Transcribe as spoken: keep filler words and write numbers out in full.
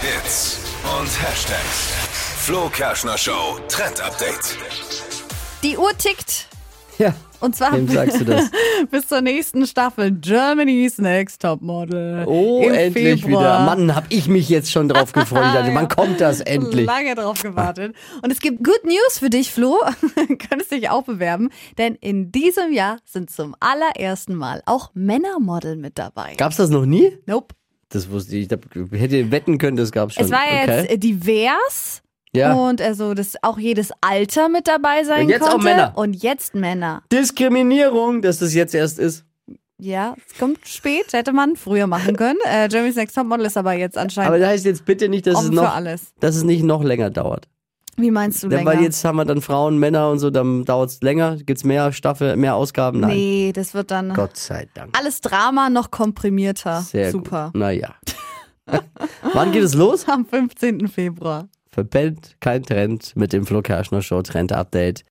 Hits und Hashtags. Flo Kerschner Show Trend Update. Die Uhr tickt. Ja, Und zwar wem sagst du das? bis zur nächsten Staffel Germany's Next Topmodel. Oh, im endlich Februar. wieder. Mann, hab ich mich jetzt schon drauf gefreut. Ich dachte, wann kommt das endlich? Lange drauf gewartet. Und es gibt Good News für dich, Flo. Könntest dich auch bewerben. Denn in diesem Jahr sind zum allerersten Mal auch Männermodel mit dabei. Gab's das noch nie? Nope. Das wusste ich. Ich hätte wetten können, das gab's schon. Es war ja okay. jetzt äh, divers. Ja. Und also, dass auch jedes Alter mit dabei sein Und jetzt konnte. auch Männer. Und jetzt Männer. Diskriminierung, dass das jetzt erst ist. Ja, es kommt spät, hätte man früher machen können. Äh, Germany's Next Topmodel ist aber jetzt anscheinend Aber das heißt jetzt bitte nicht, dass es, offen noch, für alles. dass es nicht noch länger dauert. Wie meinst du Denn länger? weil jetzt haben wir dann Frauen, Männer und so, dann dauert es länger. Gibt's mehr Staffel, mehr Ausgaben? Nein. Nee, das wird dann Gott sei Dank. alles Drama noch komprimierter. Sehr Super. gut. Naja. Wann geht es los? Am fünfzehnten Februar. Verpennt kein Trend mit dem Flo Kerschner Show Trend Update.